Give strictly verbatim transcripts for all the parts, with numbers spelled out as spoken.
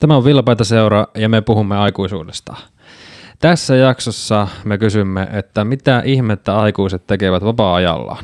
Tämä on Villapaitaseura ja me puhumme aikuisuudesta. Tässä jaksossa me kysymme, että mitä ihmettä aikuiset tekevät vapaa-ajallaan.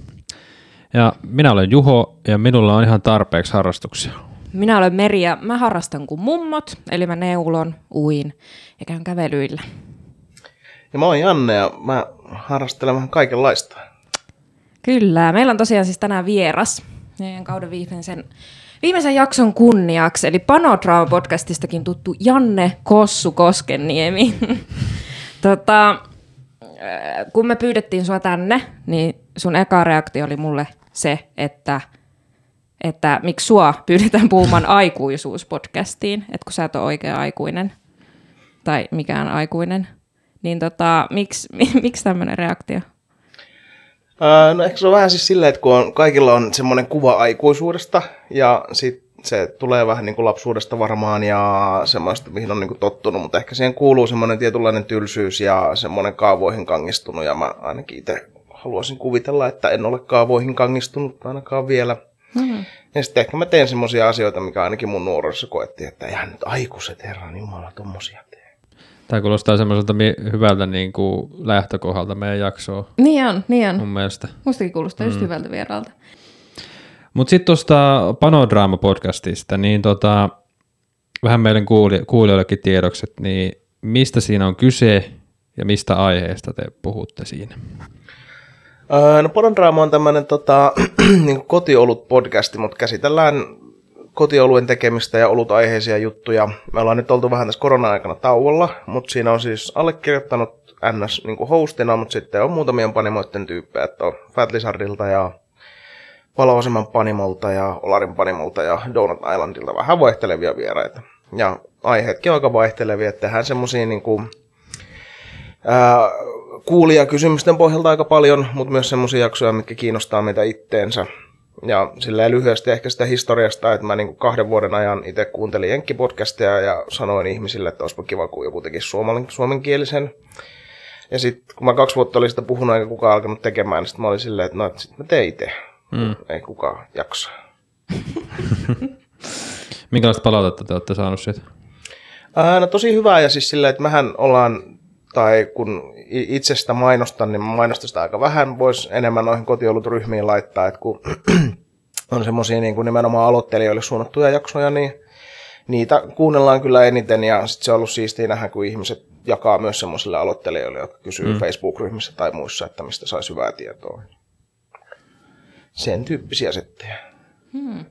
Ja minä olen Juho ja minulla on ihan tarpeeksi harrastuksia. Minä olen Meri ja mä harrastan kuin mummot, eli mä neulon, uin ja käyn kävelyillä. Ja mä oon Janne ja mä harrastelen vähän kaikenlaista. Kyllä, meillä on tosiaan siis tänään vieras meidän kauden viimeisen, viimeisen jakson kunniaksi, eli Panodraama-podcastistakin tuttu Janne Kossu Koskenniemi. tota, kun me pyydettiin sua tänne, niin sun eka reaktio oli mulle se, että, että miksi sua pyydetään puhumaan aikuisuuspodcastiin, että kun sä et ole oikea aikuinen tai mikään aikuinen, niin tota, miksi, miksi tämmöinen reaktio? Öö, no ehkä se on vähän siis silleen, että kun on, kaikilla on semmoinen kuva aikuisuudesta ja sitten se tulee vähän niin kuin lapsuudesta varmaan ja semmoista, mihin on niin kuin tottunut, mutta ehkä siihen kuuluu semmoinen tietynlainen tylsyys ja semmoinen kaavoihin kangistunut ja mä ainakin itse haluaisin kuvitella, että en ole kaavoihin kangistunut ainakaan vielä. Mm-hmm. Ja sitten ehkä mä teen semmoisia asioita, mikä ainakin mun nuoruudessa koettiin, että eihän nyt aikuiset, herran jumala, tommosia tee. Tämä kuulostaa semmoiselta hyvältä niin kuin lähtökohdalta meidän jaksoa. Niin on, niin on. Mun mielestä. Mustakin kuulostaa mm. just hyvältä vieraalta. Mutta sitten tuosta Panodraama-podcastista, niin tota, vähän meidän kuuli- kuulijoillekin tiedokset, niin mistä siinä on kyse ja mistä aiheesta te puhutte siinä? Öö, no Panodraama on tämmöinen tota, niin kotiolut-podcasti, mutta käsitellään kotioluen tekemistä ja olut-aiheisia juttuja. Me ollaan nyt oltu vähän tässä korona-aikana tauolla, mutta siinä on siis allekirjoittanut N S niin kuin hostina, mutta sitten on muutamien panimoiden tyyppejä, että on Fat Lizardilta ja Paloaseman panimolta ja Olarin panimolta ja Donut Islandilta vähän vaihtelevia vieraita. Ja aiheetkin on aika vaihtelevia, että tehdään semmosia niin kuin ää, kuulia kysymysten pohjalta aika paljon, mutta myös semmosia jaksoja, mitkä kiinnostaa meitä itteensä. Ja silleen lyhyesti ehkä sitä historiasta, että mä niin kahden vuoden ajan itse kuuntelin jenkkipodcasteja ja sanoin ihmisille, että olisipa kiva, kun joku tekisi suomen, suomenkielisen. Ja sitten kun mä kaksi vuotta olin sitä puhunut eikä kukaan alkanut tekemään, niin sitten mä olin silleen, että no, että sit mä teen itse. Mm. Ei kukaan jaksa. Minkälaista palautetta te olette saanut siitä? Ää, no tosi hyvää ja siis silleen, että mehän ollaan, tai kun itse sitä mainostan, niin mainostan sitä aika vähän. Voisi enemmän noihin kotiolut-ryhmiin laittaa, että kun on semmoisia niin kuin nimenomaan aloittelijoille suunnattuja jaksoja, niin niitä kuunnellaan kyllä eniten. Ja sitten se on ollut siistiä nähdä, kun ihmiset jakaa myös semmoisille aloittelijoille, jotka kysyy mm. Facebook-ryhmissä tai muissa, että mistä saisi hyvää tietoa. Sen tyyppisiä settejä. Hmm.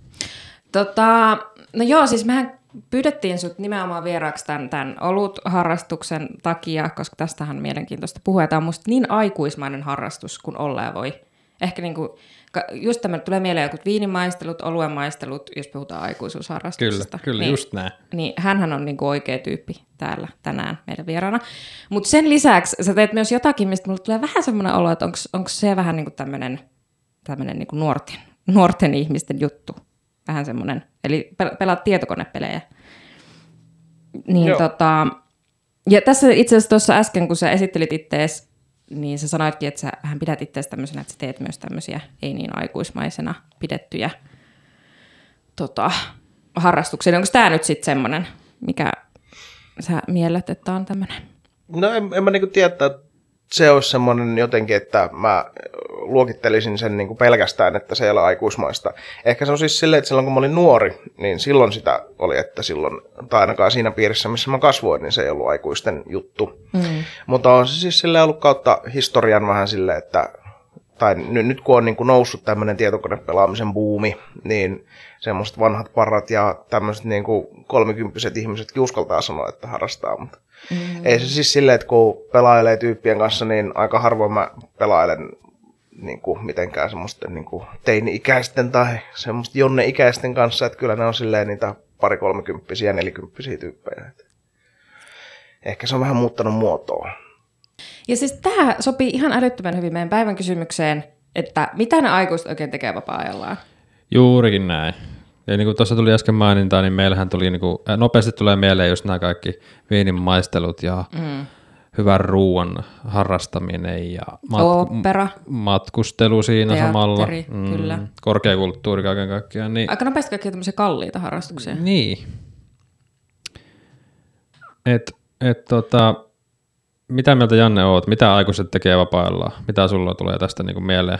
Tota, no joo, siis mehän pyydettiin sut nimenomaan vieraaksi tämän, tämän olut-harrastuksen takia, koska tästähän on mielenkiintoista puhua. Tämä on musta niin aikuismainen harrastus, kun olla ja voi. Ehkä niinku, just tämä tulee mieleen jotkut viinimaistelut, oluen maistelut, jos puhutaan aikuisuusharrastuksesta. Kyllä, kyllä niin, just näin. Niin hänhän on niinku oikea tyyppi täällä tänään meidän vieraana. Mutta sen lisäksi sä teet myös jotakin, mistä mulle tulee vähän semmoinen olo, että onko se vähän niinku tämmöinen tämmöinen niinku nuorten, nuorten ihmisten juttu. Vähän semmoinen, eli pelaat tietokonepelejä. Niin tota, ja tässä itse asiassa tuossa äsken, kun sä esittelit ittees, niin sä sanoitkin, että sä vähän pidät ittees tämmöisenä, että sä teet myös tämmöisiä ei niin aikuismaisena pidettyjä tota, harrastuksia. Onko tää nyt sitten semmoinen, mikä sä miellät, että on tämmöinen? No en, en mä niinku tiedä, että se olisi semmoinen jotenkin, että mä luokittelisin sen niin kuin pelkästään, että se ei ole aikuismaista. Ehkä se on siis silleen, että silloin kun mä olin nuori, niin silloin sitä oli, että silloin, tai ainakaan siinä piirissä, missä mä kasvoin, niin se ei ollut aikuisten juttu. Mm. Mutta on se siis silleen ollut kautta historian vähän silleen, että, tai nyt, nyt kun on niin kuin noussut tämmöinen tietokonepelaamisen buumi, niin semmoiset vanhat parrat ja tämmöiset niin kuin kolmikymppiset ihmisetkin uskaltaa sanoa, että harrastaa, mutta mm. ei se siis silleen, että kun pelailee tyyppien kanssa, niin aika harvoin mä pelailen niin kuin mitenkään semmoisten niin kuin teini-ikäisten tai semmoisten jonne-ikäisten kanssa, että kyllä ne on silleen niitä pari kolmekymppisiä, nelikymppisiä tyyppejä. Ehkä se on vähän muuttanut muotoa. Ja siis tämä sopii ihan älyttömän hyvin meidän päivän kysymykseen, että mitä ne aikuiset oikein tekee vapaa-ajallaan? Juurikin näin. Ja niin kuin tuossa tuli äsken mainintaa, niin meillähän tuli niin kuin, nopeasti tulee mieleen just nämä kaikki viinin maistelut ja mm. hyvän ruoan harrastaminen ja matku- matkustelu siinä teatteri, samalla. Mm, kyllä. Korkeakulttuuri kaiken kaikkiaan. Niin, aika nopeasti kaikkia tämmöisiä kalliita harrastuksia. Niin. Et, et tota, mitä mieltä Janne oot? Mitä aikuiset tekee vapaa-ajalla? Mitä sulla tulee tästä niinku mieleen?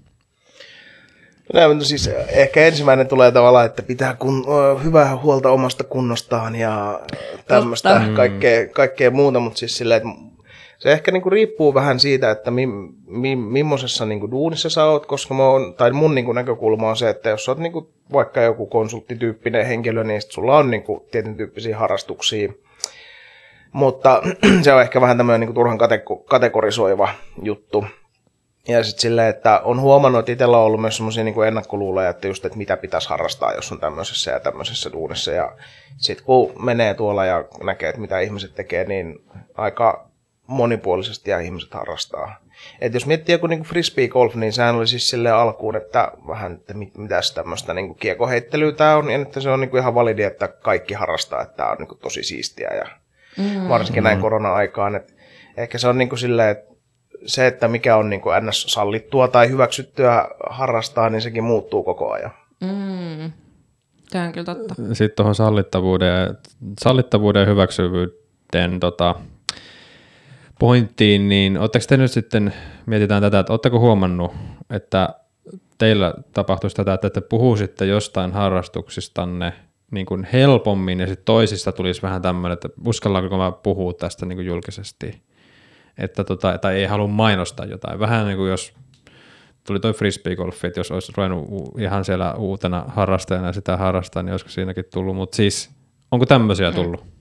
No, siis ehkä ensimmäinen tulee tavallaan, että pitää kun, hyvää huolta omasta kunnostaan ja tämmöistä kaikkea, kaikkea muuta, mutta siis silleen, että se ehkä niinku riippuu vähän siitä, että mi, mi, millaisessa niinku duunissa sä oot, koska mä oon, tai mun niinku näkökulma on se, että jos sä oot niinku vaikka joku konsulttityyppinen henkilö, niin sit sulla on niinku tietyn tyyppisiä harrastuksia. Mutta se on ehkä vähän tämmöinen niinku turhan kateko- kategorisoiva juttu. Ja sitten silleen, että on huomannut, että itsellä on ollut myös semmoisia niinku ennakkoluuloja, että just, että mitä pitäisi harrastaa, jos on tämmöisessä ja tämmöisessä duunissa. Ja sitten kun menee tuolla ja näkee, että mitä ihmiset tekee, niin aika monipuolisesti ja ihmiset harrastaa. Et jos miettii joku niinku frisbee-golf, niin sehän oli siis silleen alkuun, että vähän, että mit, mitäs tämmöistä niinku kiekoheittelyä tää on, ja että se on niinku ihan validi, että kaikki harrastaa, että tää on niinku tosi siistiä, ja mm. varsinkin näin korona-aikaan. Et ehkä se on niinku silleen, että se, että mikä on niinku ns. Sallittua tai hyväksyttyä harrastaa, niin sekin muuttuu koko ajan. Mm. Tämä on kyllä totta. Sitten tuohon sallittavuuden, sallittavuuden ja hyväksyvyyden tota, pointtiin, niin ootteko te nyt sitten, mietitään tätä, että ootteko huomannut, että teillä tapahtuisi tätä, että te puhuisitte jostain harrastuksistanne niin kuin helpommin ja sitten toisista tulisi vähän tämmöinen, että uskallaanko mä puhua tästä niin kuin julkisesti, että tota, tai ei halua mainostaa jotain. Vähän niin kuin jos tuli toi frisbee-golfi, että jos olisi ruvennut ihan siellä uutena harrastajana sitä harrastaa, niin olisiko siinäkin tullut, mutta siis onko tämmöisiä tullut? Mm.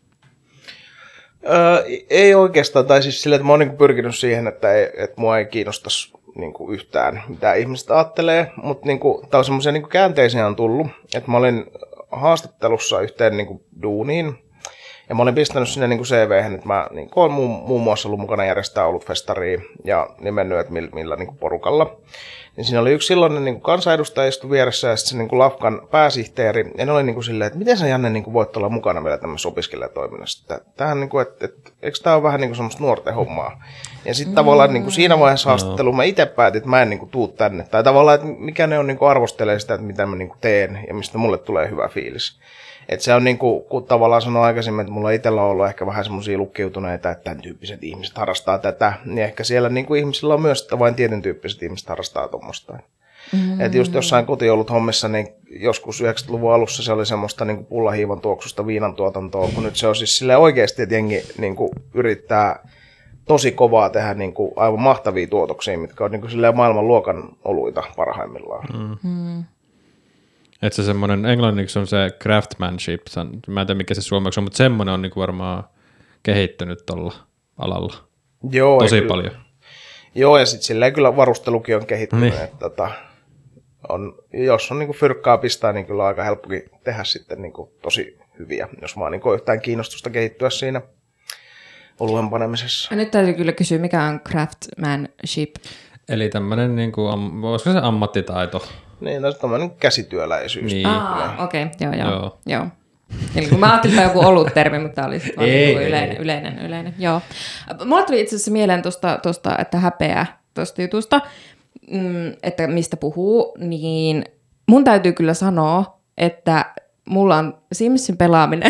Öö, ei oikeastaan, tai siis sillä, että mä oon niinku pyrkinyt siihen, että, ei, että mua ei kiinnostaisi niinku yhtään, mitä ihmiset ajattelee, mutta niinku, tää on semmoisia niinku käänteisiä on tullut, että mä olin haastattelussa yhteen niinku duuniin, ja mä olin pistänyt sinne niinku C V:hen, että mä niinku oon muun, muun muassa ollut mukana järjestää ollut festaria ja nimennyt, että millä, millä niinku porukalla. Niin siinä oli yksi silloinen niin kansanedustaja istui vieressä ja sitten se niin Lafkan pääsihteeri. Ja ne oli niin kuin silleen, että miten sä Janne niin kuin voit olla mukana meillä tämmöisessä opiskelijatoiminnassa. Tämähän niin kuin, että, että eikö tämä ole vähän niin kuin semmoista nuorten hommaa. Ja sitten mm. tavallaan niin kuin siinä vaiheessa haastatteluun mä itse päätin, että mä en niin kuin tuu tänne. Tai tavallaan, että mikä ne on niin kuin arvostelee sitä, että mitä mä niin kuin teen ja mistä mulle tulee hyvä fiilis. Että se on niin kuin, kun tavallaan sanoin aikaisemmin, että mulla itsellä on ollut ehkä vähän semmoisia lukkiutuneita, että tämän tyyppiset ihmiset harrastaa tätä, niin ehkä siellä niin kuin ihmisillä on myös, että vain tietyn tyyppiset ihmiset harrastaa tuommoista. Mm-hmm. Että just jossain kotiolut hommissa, niin joskus yhdeksänkymmentäluvun alussa se oli semmoista niin kuin pullahiivan tuoksusta viinantuotantoa, kun nyt se on siis silleen oikeasti, että jengi niin kuin yrittää tosi kovaa tehdä niin kuin aivan mahtavia tuotoksia, mitkä on niin kuin silleen maailmanluokan oluita parhaimmillaan. Mm-hmm. Että se semmoinen, englanniksi on se craftsmanship, mä en tiedä mikä se suomeksi on, mutta semmoinen on niinku varmaan kehittynyt tuolla alalla. Joo, tosi kyllä, paljon. Joo, ja sitten silleen kyllä varustelukin on kehittynyt, niin. Että tota, on, jos on niinku fyrkkaa pistää, niin kyllä on aika helppokin tehdä sitten niinku tosi hyviä, jos vaan niinku yhtään kiinnostusta kehittyä siinä oluen panemisessa. Ja nyt täytyy kyllä kysyä, mikä on craftsmanship? Eli tämmöinen, niinku, olisiko se ammattitaito? Niin, tässä on tämmöinen käsityöläisyys. Niin. Ah, okei, okay. joo, joo. joo. joo. Eli kun mä ajattelin, että joku ollut-termi, mutta tämä oli sitten yleinen, yleinen, yleinen, joo. Mulla tuli itse asiassa mieleen tuosta, tuosta että häpeä tuosta jutusta, että mistä puhuu, niin mun täytyy kyllä sanoa, että mulla on Simsin pelaaminen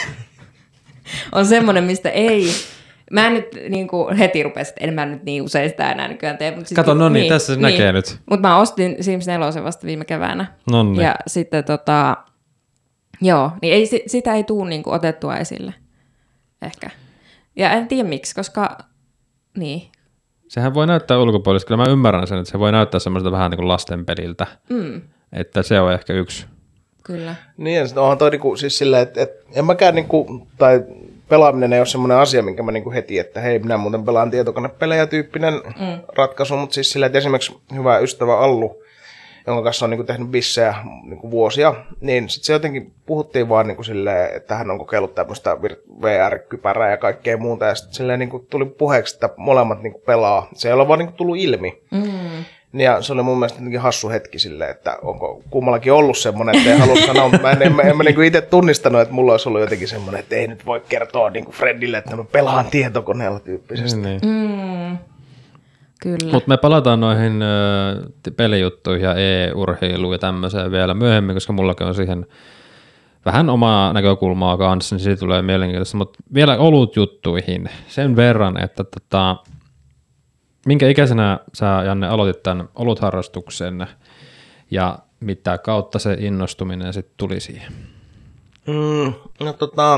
on semmoinen, mistä ei... Mä en nyt niin kuin heti rupesi, että en mä nyt niin usein sitä enää nykyään tee. Mutta kato, no niin, tässä se niin, näkee nyt. Mutta mä ostin Sims neljä vasta viime keväänä. Noniin. Ja sitten tota, joo, niin ei, sitä ei tule niin kuin otettua esille. Ehkä. Ja en tiedä miksi, koska niin. Sehän voi näyttää ulkopuolista. Kyllä mä ymmärrän sen, että se voi näyttää semmoista vähän niin kuin lastenpeliltä. Mm. Että se on ehkä yksi. Kyllä. Niin, ja onhan toi niinku, siis silleen, että et, en mäkään niinku, tai pelaaminen ei ole semmoinen asia, minkä mä niinku heti, että hei, minä muuten pelaan tietokonepelejä tyyppinen mm. ratkaisu, mutta siis silleen, että esimerkiksi hyvä ystävä Allu, jonka kanssa on niinku tehnyt bissejä niinku vuosia, niin sitten se jotenkin puhuttiin vaan niinku silleen, että hän on kokeillut tämmöistä V R-kypärää ja kaikkea muuta, ja sitten silleen niinku tuli puheeksi, että molemmat niinku pelaa. Se ei ole vaan niinku tullut ilmi. Mm. Ja se oli mun mielestä jotenkin hassu hetki silleen, että onko kummallakin ollut semmoinen, että ei halua sanoa, mutta mä en, en, en mä niinku itse tunnistanut, että mulla olisi ollut jotenkin semmoinen, että ei nyt voi kertoa niinku Fredille, että mä pelaan tietokoneella tyyppisesti. Niin. Mm, kyllä. Mutta me palataan noihin ö, pelijuttuihin ja e-urheiluun ja tämmöiseen vielä myöhemmin, koska mullakin on siihen vähän omaa näkökulmaa kanssa, niin siitä tulee mielenkiintoista. Mutta vielä olutjuttuihin sen verran, että tota, minkä ikäisenä sä, Janne, aloitit tämän olutharrastuksen ja mitä kautta se innostuminen sitten tuli siihen? Mm, no tota,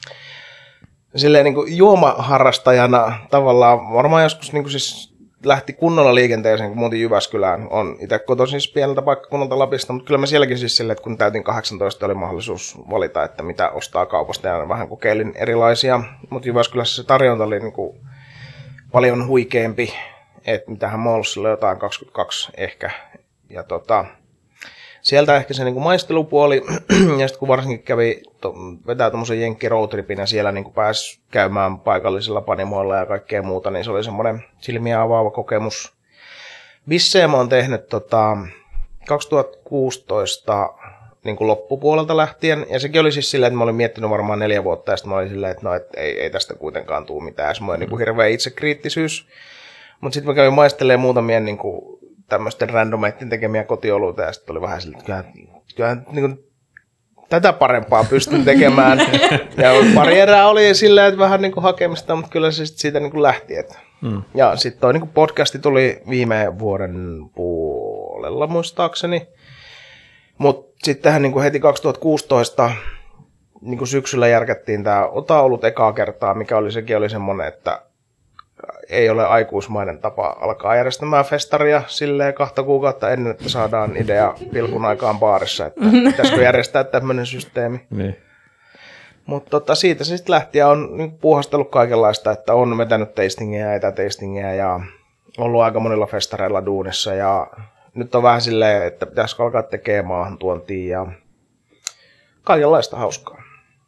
silleen niin kuin juomaharrastajana tavallaan varmaan joskus niin kuin siis lähti kunnolla liikenteeseen, kun muutin Jyväskylään. On itse kotoisin siis pieneltä paikkakunnalta Lapista, mutta kyllä mä sielläkin siis silleen, että kun täytin kahdeksantoista, oli mahdollisuus valita, että mitä ostaa kaupasta, ja vähän kokeilin erilaisia. Mutta Jyväskylässä se tarjonta oli niin kuin paljon huikeampi, että mitähän mä ollut silloin jotain kaksikymmentäkaksi ehkä. Ja tota, sieltä ehkä se niin kuin maistelupuoli, ja sitten kun varsinkin kävi to, vetää tommosen jenkki roadtripin, ja siellä niin kuin pääsi käymään paikallisilla panimoilla ja kaikkea muuta, niin se oli semmoinen silmiä avaava kokemus. Bissejä mä oon tehnyt tota, kaksituhattakuusitoista niin kuin loppupuolelta lähtien, ja sekin oli siis silleen, että mä olin miettinyt varmaan neljä vuotta, ja sitten mä olin silleen, että no, et ei, ei tästä kuitenkaan tule mitään, semmoinen niin kuin hirveä itsekriittisyys. Mutta sitten mä kävin maistelemaan muutamien niin kuin tämmöisten randomeitten tekemiä kotioluita, ja sitten oli vähän silleen, että kyllähän, kyllähän niin kuin, tätä parempaa pystyn tekemään. Ja pari erää oli silleen, että vähän niin kuin hakemista, mutta kyllä se sit siitä niin kuin lähti. Että. Mm. Ja sitten toi niin kuin podcasti tuli viime vuoden puolella muistaakseni. Mutta sittenhän niin kuin heti kaksituhattakuusitoista niin kuin syksyllä järkättiin tämä Ota-olut ekaa kertaa, mikä oli sekin oli semmoinen, että ei ole aikuismainen tapa alkaa järjestämään festaria silleen kahta kuukautta ennen, että saadaan idea pilkun aikaan baarissa, että pitäisikö järjestää tämmöinen systeemi. Niin. Mutta tota, siitä se sitten lähti ja on niin puuhastellut kaikenlaista, että on vetänyt tastingia ja etätastingia ja ollut aika monilla festareilla duunissa ja nyt on vähän silleen, että pitäisikö alkaa tekemään maahantuontia ja kaikenlaista hauskaa.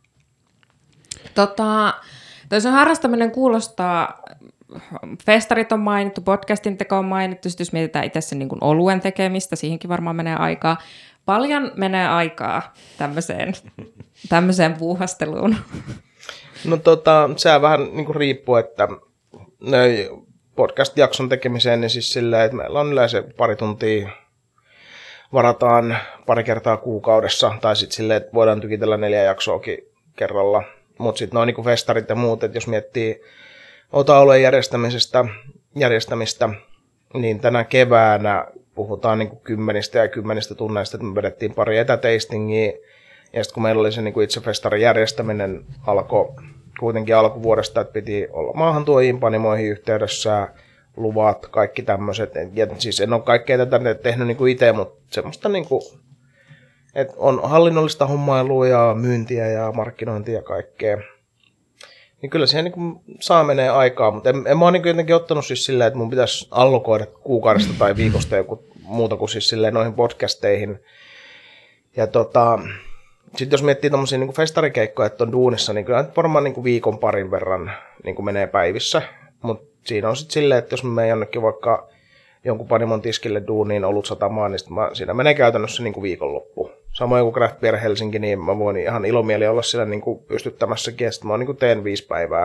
Tota, toisen harrastaminen kuulostaa, festarit on mainittu, podcastin teko on mainittu, sitten jos mietitään itse sen niin kuin oluen tekemistä, siihenkin varmaan menee aikaa. Paljon menee aikaa tämmöiseen, tämmöiseen puuhasteluun. No tota, se vähän niin kuin riippuu, että podcast-jakson tekemiseen, niin siis silleen, että meillä on yleensä pari tuntia varataan pari kertaa kuukaudessa, tai sitten silleen, että voidaan tykitellä neljä jaksoakin kerralla. Mutta sitten noin niin festarit ja muut, että jos miettii Ota-olujen järjestämisestä, järjestämistä, niin tänä keväänä puhutaan niin kuin kymmenistä ja kymmenistä tunneista, että me vedettiin pari etätastingia, ja sitten kun meillä oli se niin kuin itse festarin järjestäminen alkoi kuitenkin alkuvuodesta, että piti olla maahantuojiin, panimoihin yhteydessä, luvat, kaikki tämmöiset. Ja siis en ole kaikkea tätä tehnyt niin kuin itse, mutta semmoista niin kuin, että on hallinnollista hommailua ja myyntiä ja markkinointia ja kaikkea. Niin kyllä siihen niin saa menee aikaa, mutta en, en mä ole niin jotenkin ottanut siis silleen, että mun pitäisi allokoida kuukaudesta tai viikosta joku muuta kuin siis silleen noihin podcasteihin. Ja tota, sitten jos miettii tommosia niin festarikeikkoja, että on duunissa, niin kyllä varmaan niin viikon parin verran niin menee päivissä. Mutta siinä on sitten silleen, että jos mä menen jonnekin vaikka jonkun panimon tiskille duuniin olut satamaan, niin mä, siinä menee käytännössä niin viikonloppu. Samoin kuin Craft Beer Helsinki, niin mä voin ihan ilomieli olla siellä niin kuin pystyttämässäkin, ja sitten mä niin teen viisi päivää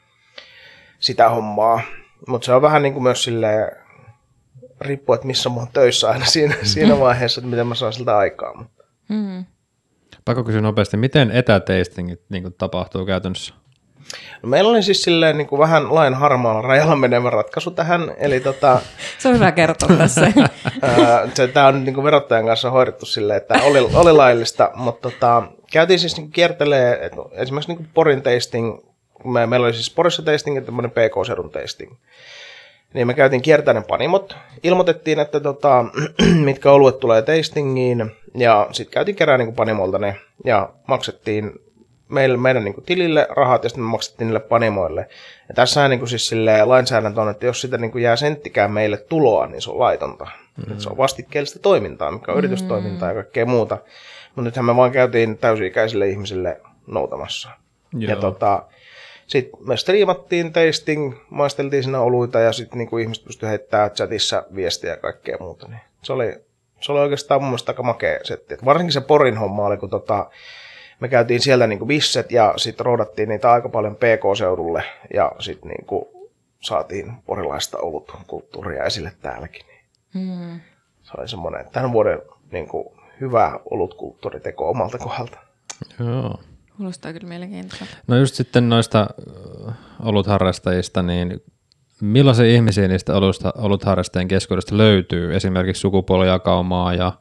sitä hommaa. Mutta se on vähän niin kuin myös silleen, riippuu, että missä mä oon töissä aina siinä, siinä vaiheessa, että miten mä saan siltä aikaa. Mm. Pakko kysyä nopeasti, miten etätastingit niin kuin tapahtuu käytännössä? No, meillä oli siis silleen niin kuin vähän lain harmaalla rajalla menevä ratkaisu tähän. Eli tota, se on hyvä kertoa tässä. Tämä on niin kuin verottajan kanssa hoidettu silleen, että oli, oli laillista, mutta tota, käytiin siis niin kiertelee, että esimerkiksi niin Porin tasting, me, meillä oli siis Porissa tasting ja tämmöinen P K-sedun tasting. Niin me käytiin kiertäen panimot, ilmoitettiin, että tota, mitkä oluet tulee tastingiin, ja sitten käytiin kerää niin panimolta ne, ja maksettiin meille, meidän niin tilille rahat, ja sitten me maksettiin niille panimoille. Ja tässähän niin siis lainsäädäntö on, että jos sitä niin jää senttikään meille tuloa, niin se on laitonta. Mm. Se on vastikkeellista toimintaa, mikä on mm. yritystoimintaa ja kaikkea muuta. Mutta nythän me vaan käytiin täysi-ikäisille ihmisille noutamassa. Joo. Ja tota, sitten me striimattiin tasting, maisteltiin siinä oluita, ja sitten niin ihmiset pystyivät heittämään chatissa viestiä ja kaikkea muuta. Niin se, oli, se oli oikeastaan mun mielestä aika makea setti. Et varsinkin se Porin homma oli, kun tota, me käytiin sieltä niin bisset ja sitten roudattiin niitä aika paljon P K-seudulle ja sitten niin saatiin porilaista olutkulttuuria esille täälläkin. Mm. Se oli semmoinen tämän vuoden niin kuin, hyvä olutkulttuuriteko omalta kohdalta. Joo. Kuulostaa kyllä mielenkiintoista. No just sitten noista olutharrastajista, niin millaisia ihmisiä niistä olusta, olutharrastajien keskuudesta löytyy? Esimerkiksi sukupuolijakaumaa ja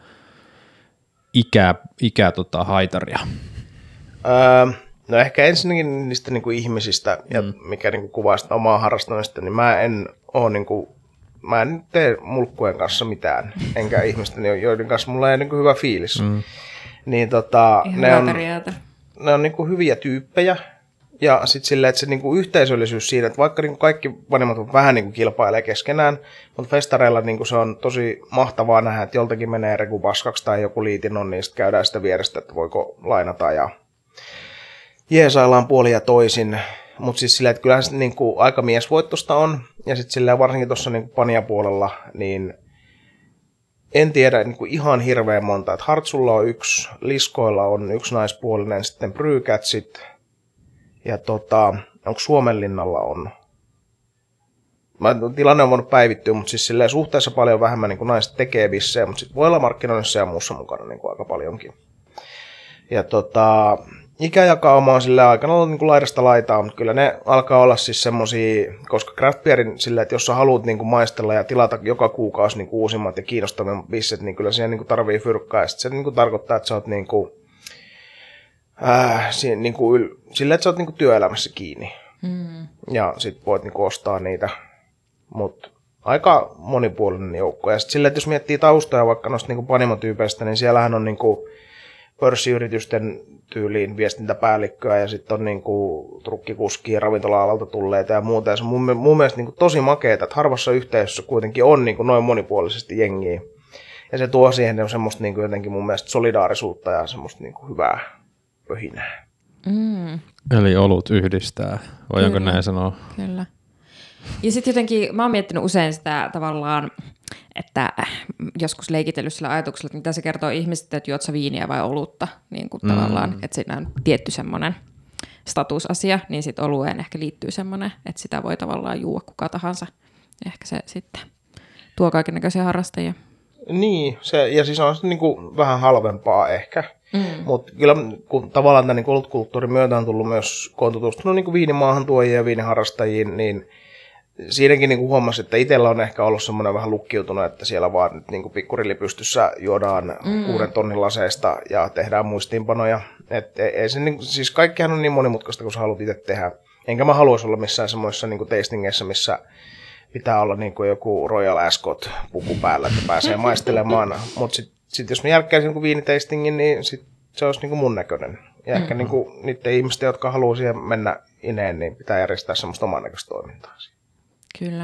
ikä, ikä tota, haitaria. Öö, no ehkä ensinnäkin niistä niinku ihmisistä, ja mm. mikä niinku kuvaa sitä omaa harrastamista, niin mä en oo niinku, mä en tee mulkkujen kanssa mitään, enkä ihmisten, joiden kanssa mulla ei niinku hyvä fiilis. Mm. Niin tota, ne on, ne on niinku hyviä tyyppejä, ja sitten silleen, että se niinku yhteisöllisyys siinä, että vaikka niinku kaikki vanhemmat vähän niinku kilpailee keskenään, mutta festareilla niinku se on tosi mahtavaa nähdä, että joltakin menee reku paskaksi tai joku liitin on, niin sitten käydään sitä vierestä, että voiko lainata ja jeesaillaan puolin ja toisin. Mutta siis silleen, että kyllähän se niinku aika miesvoittosta on, ja sitten silleen varsinkin tuossa niinku Panja-puolella, niin en tiedä niinku ihan hirveän monta. Että Hartsulla on yksi, Liskoilla on yksi naispuolinen, sitten Brewcatsit, ja tota, onko Suomenlinnalla on? Mä, tilanne on voinut päivittyä, mutta siis silleen suhteessa paljon vähemmän niin kuin naiset tekee bissejä, mutta sitten voi olla markkinoinnissa ja muussa mukana niin kuin aika paljonkin. Ja tota, ikäjakauma on silleen aikana ollut niin kuin laidasta laitaa, mutta kyllä ne alkaa olla siis semmosia, koska craft beerin silleen, että jos sä haluat niin kuin maistella ja tilata joka kuukausi niin kuin uusimmat ja kiinnostavimmat bisset, niin kyllä siihen niin kuin tarvii fyrkkaa. Ja sit se niin kuin tarkoittaa, että sä oot niin kuin Äh, siinä, niin kuin yl, sillä, että sä oot niin kuin työelämässä kiinni. Mm. Ja sit voit niin kuin ostaa niitä. Mutta aika monipuolinen joukko. Ja sit sillä, että jos miettii taustoja vaikka noista niin panimotyypeistä, niin siellähän on niin kuin pörssiyritysten tyyliin viestintäpäällikköä ja sitten on niin kuin trukkikuskia ravintola-alalta tulleita ja muuta. Ja se on mun, mun mielestä niin kuin tosi makeeta, että harvassa yhteisössä kuitenkin on niin kuin noin monipuolisesti jengiä. Ja se tuo siihen semmoista niin kuin jotenkin mun mielestä solidaarisuutta ja semmoista niin kuin hyvää pöhinää. Mm. Eli olut yhdistää, vai onko näin sanoa? Kyllä. Ja sitten jotenkin, mä oon miettinyt usein sitä tavallaan, että joskus leikitellyt sillä ajatuksella, että mitä se kertoo ihmisistä, että juot sä viiniä vai olutta, niin kuin mm. tavallaan, että siinä on tietty semmoinen statusasia, niin sitten olueen ehkä liittyy semmoinen, että sitä voi tavallaan juua kuka tahansa. Ehkä se sitten tuo kaikennäköisiä harrastajia. Niin, se, ja siis on se niin kuin vähän halvempaa ehkä. Mm. Mutta kyllä kun tavallaan tämän niin olutkulttuurin myötä on tullut myös, kun on tutustunut niin viinimaahantuojia ja viiniharrastajiin, niin siinäkin niin huomasi, että itsellä on ehkä ollut semmoinen vähän lukkiutunut, että siellä vaan nyt niin pikkurilli pystyssä juodaan mm. kuuden tonnin laseista ja tehdään muistiinpanoja. Et ei se, niin, siis kaikkihan on niin monimutkaista, kun sä haluat itse tehdä. Enkä mä haluaisi olla missään semmoisessa niin tastingeissa, missä pitää olla niin kuin joku Royal Ascot puku päällä, että pääsee maistelemaan. Mutta sitten sit jos mä järkkäisin niin viinitastingin, niin sit se olisi niin kuin mun näköinen. Ja mm-hmm. ehkä niin kuin niiden ihmisten, jotka haluaa siihen mennä ineen, niin pitää järjestää semmoista oman näköistä toimintaa. Kyllä.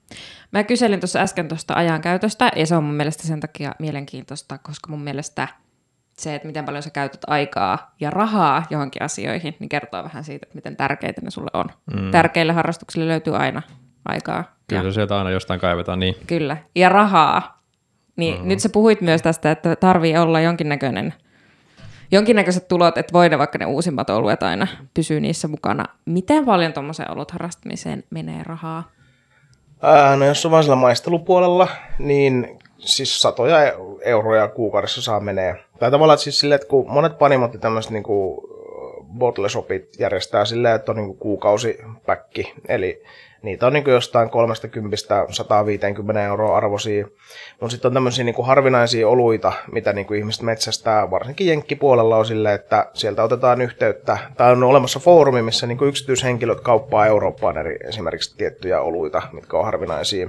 Mä kyselin tuossa äsken tuosta ajankäytöstä, ja se on mun mielestä sen takia mielenkiintoista, koska mun mielestä se, että miten paljon sä käytät aikaa ja rahaa johonkin asioihin, niin kertoo vähän siitä, että miten tärkeitä ne sulle on. Mm. Tärkeille harrastuksille löytyy aina aikaa. Kyllä ja, sieltä aina jostain kaivetaan, niin. Kyllä, ja rahaa. Niin mm-hmm. nyt sä puhuit myös tästä, että tarvii olla jonkinnäköinen, jonkinnäköiset tulot, että voi ne vaikka ne uusimmat oluet aina pysyy niissä mukana. Miten paljon tuommoiseen olut harrastamiseen menee rahaa? Ää, no jos on vaan sillä maistelupuolella, niin siis satoja euroja kuukaudessa saa menee. Tai tavallaan siis silleen, että kun monet panimot ja tämmöiset niinku bottle shopit järjestää silleen, että on niinku kuukausipäkki, eli niitä on niinku jostain kolmekymmentä sata viisikymmentä euroa arvoisia. Mutta sitten on tämmöisiä niinku harvinaisia oluita, mitä niinku ihmiset metsästää, varsinkin jenkkipuolella on silleen, että sieltä otetaan yhteyttä. Tai on olemassa foorumi, missä niinku yksityishenkilöt kauppaa Eurooppaan eri esimerkiksi tiettyjä oluita, mitkä on harvinaisia.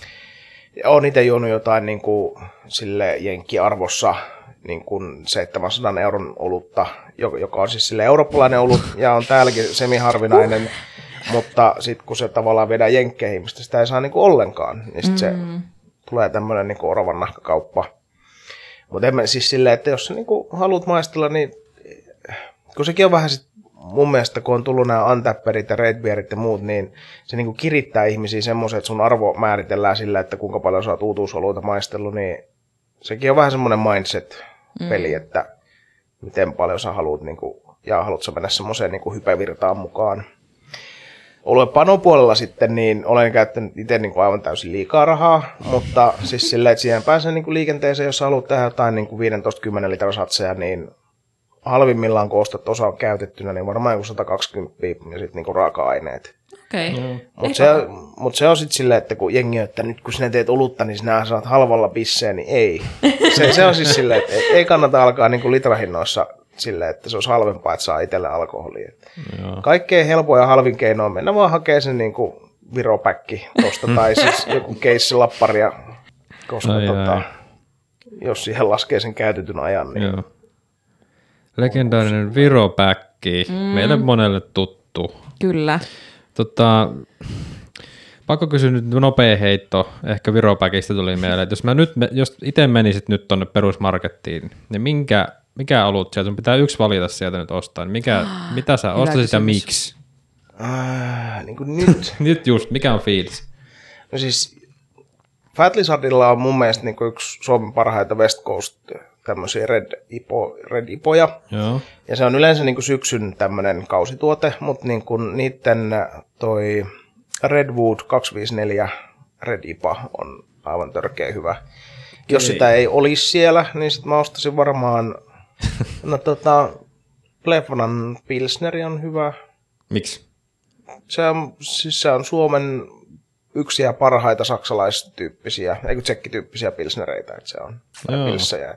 Ja on itse juonut jotain niinku sille jenkkiarvossa niin kuin seitsemänsadan euron olutta, joka on siis sille eurooppalainen olut ja on täälläkin semiharvinainen. Uh. Mutta sitten kun se tavallaan vedään jenkkeihin, mistä sitä ei saa niinku ollenkaan, niin sitten mm. se tulee tämmöinen niinku oravan nahkakauppa. Mutta siis silleen, että jos sä niinku haluat maistella, niin kun sekin on vähän sit, mun mielestä, kun on tullut nämä Antapperit ja Redbeerit ja muut, niin se niinku kirittää ihmisiä semmoisen, että sun arvo määritellään sillä, että kuinka paljon sä oot uutuusoluita maistellut, niin sekin on vähän semmoinen mindset-peli, mm. että miten paljon sä haluat, niinku, ja haluat sä mennä semmoiseen niinku hypevirtaan mukaan. Oluen panon puolella sitten, niin olen käyttänyt itse niin kuin aivan täysin liikaa rahaa, mutta siis silleen, että siihen pääsee niin kuin liikenteeseen, jos haluat tehdä jotain niin kuin viisitoista kymmenen litran satseja, niin halvimmillaan, kun ostat osa käytettynä, niin varmaan joku sata kaksikymmentä ja sitten niinku raaka-aineet. Okei. Okay. Mutta se, mut se on sitten silleen, että kun jengi on, että nyt kun sinä teet olutta, niin sinä saat halvalla bisseen, niin ei. Se, se on siis silleen, että ei kannata alkaa niinku litrahinnoissa silleen, että se olisi halvempaa, että saa itselle alkoholia. Joo. Kaikkein helpoin ja halvin keino on mennä vaan hakemaan sen niinku viropäkki tuosta tai siis joku keissilapparia, koska ai tota, ai. Jos siihen laskee sen käytetyn ajan. Niin joo. Legendaarinen viropäkki, mm. meille monelle tuttu. Kyllä. Tota, pakko kysyä nyt nopea heitto, ehkä viropäkistä tuli mieleen, että jos, mä nyt, jos itse menisit nyt tonne perusmarkettiin, niin minkä, mikä olut sieltä, sun pitää yksi valita sieltä nyt ostaa, niin mikä, ah, mitä sä ostaisit ja miksi? Ah, niin kuin nyt. Nyt just, mikä on fiilis? No siis Fat Lizardilla on mun mielestä niin kuin yksi Suomen parhaita West Coast tämmöisiä Red, Ipo, Red Ipoja. Joo. Ja se on yleensä niin kuin syksyn tämmöinen kausituote, mutta niin kuin niiden toi Redwood kaksisataaviisikymmentäneljä Red Ipa on aivan törkeä hyvä. Okay. Jos sitä ei olisi siellä, niin sit mä ostaisin varmaan, no tota, Plefonan Pilsneri on hyvä. Miksi? Se on, siis se on Suomen yksiä parhaita saksalaistyyppisiä, eikö tsekkityyppisiä pilsnereitä, että se on pilssejä.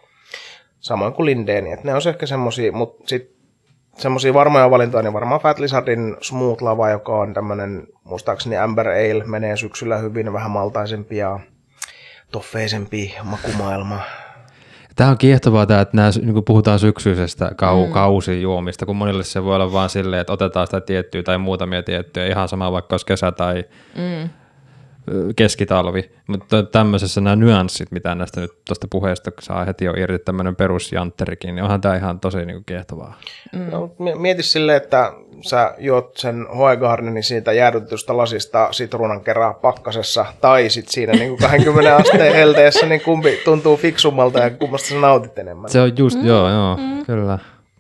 Samoin kuin Lindeni, että ne on ehkä semmosia, mutta sitten semmosia varmoja valintoja, niin varmaan Fat Lizardin Smooth Lava, joka on tämmönen, muistaakseni Amber Ale, menee syksyllä hyvin, vähän maltaisempi ja toffeisempi makumaailma. Tämä on kiehtovaa, tämä, että nämä, niin kun puhutaan syksyisestä kau, mm. kausijuomista, kun monille se voi olla vaan silleen, että otetaan sitä tiettyä tai muutamia tiettyjä, ihan sama vaikka olisi kesä tai mm. keskitalvi, mutta tämmöisessä nämä nyanssit, mitä näistä nyt tuosta puheesta saa heti jo irti tämmöinen perusjantterikin, niin onhan tämä ihan tosi niin kuin kiehtovaa. Mm. No, mieti silleen, että sä juot sen Hoegaardenin siitä jäädytetystä lasista sitruunan kerran pakkasessa, tai sitten siinä niin kuin kaksikymmentä asteen helteessä, niin kumpi tuntuu fiksummalta ja kummasta sä nautit enemmän. Se on just, mm. joo, joo, mm. kyllä.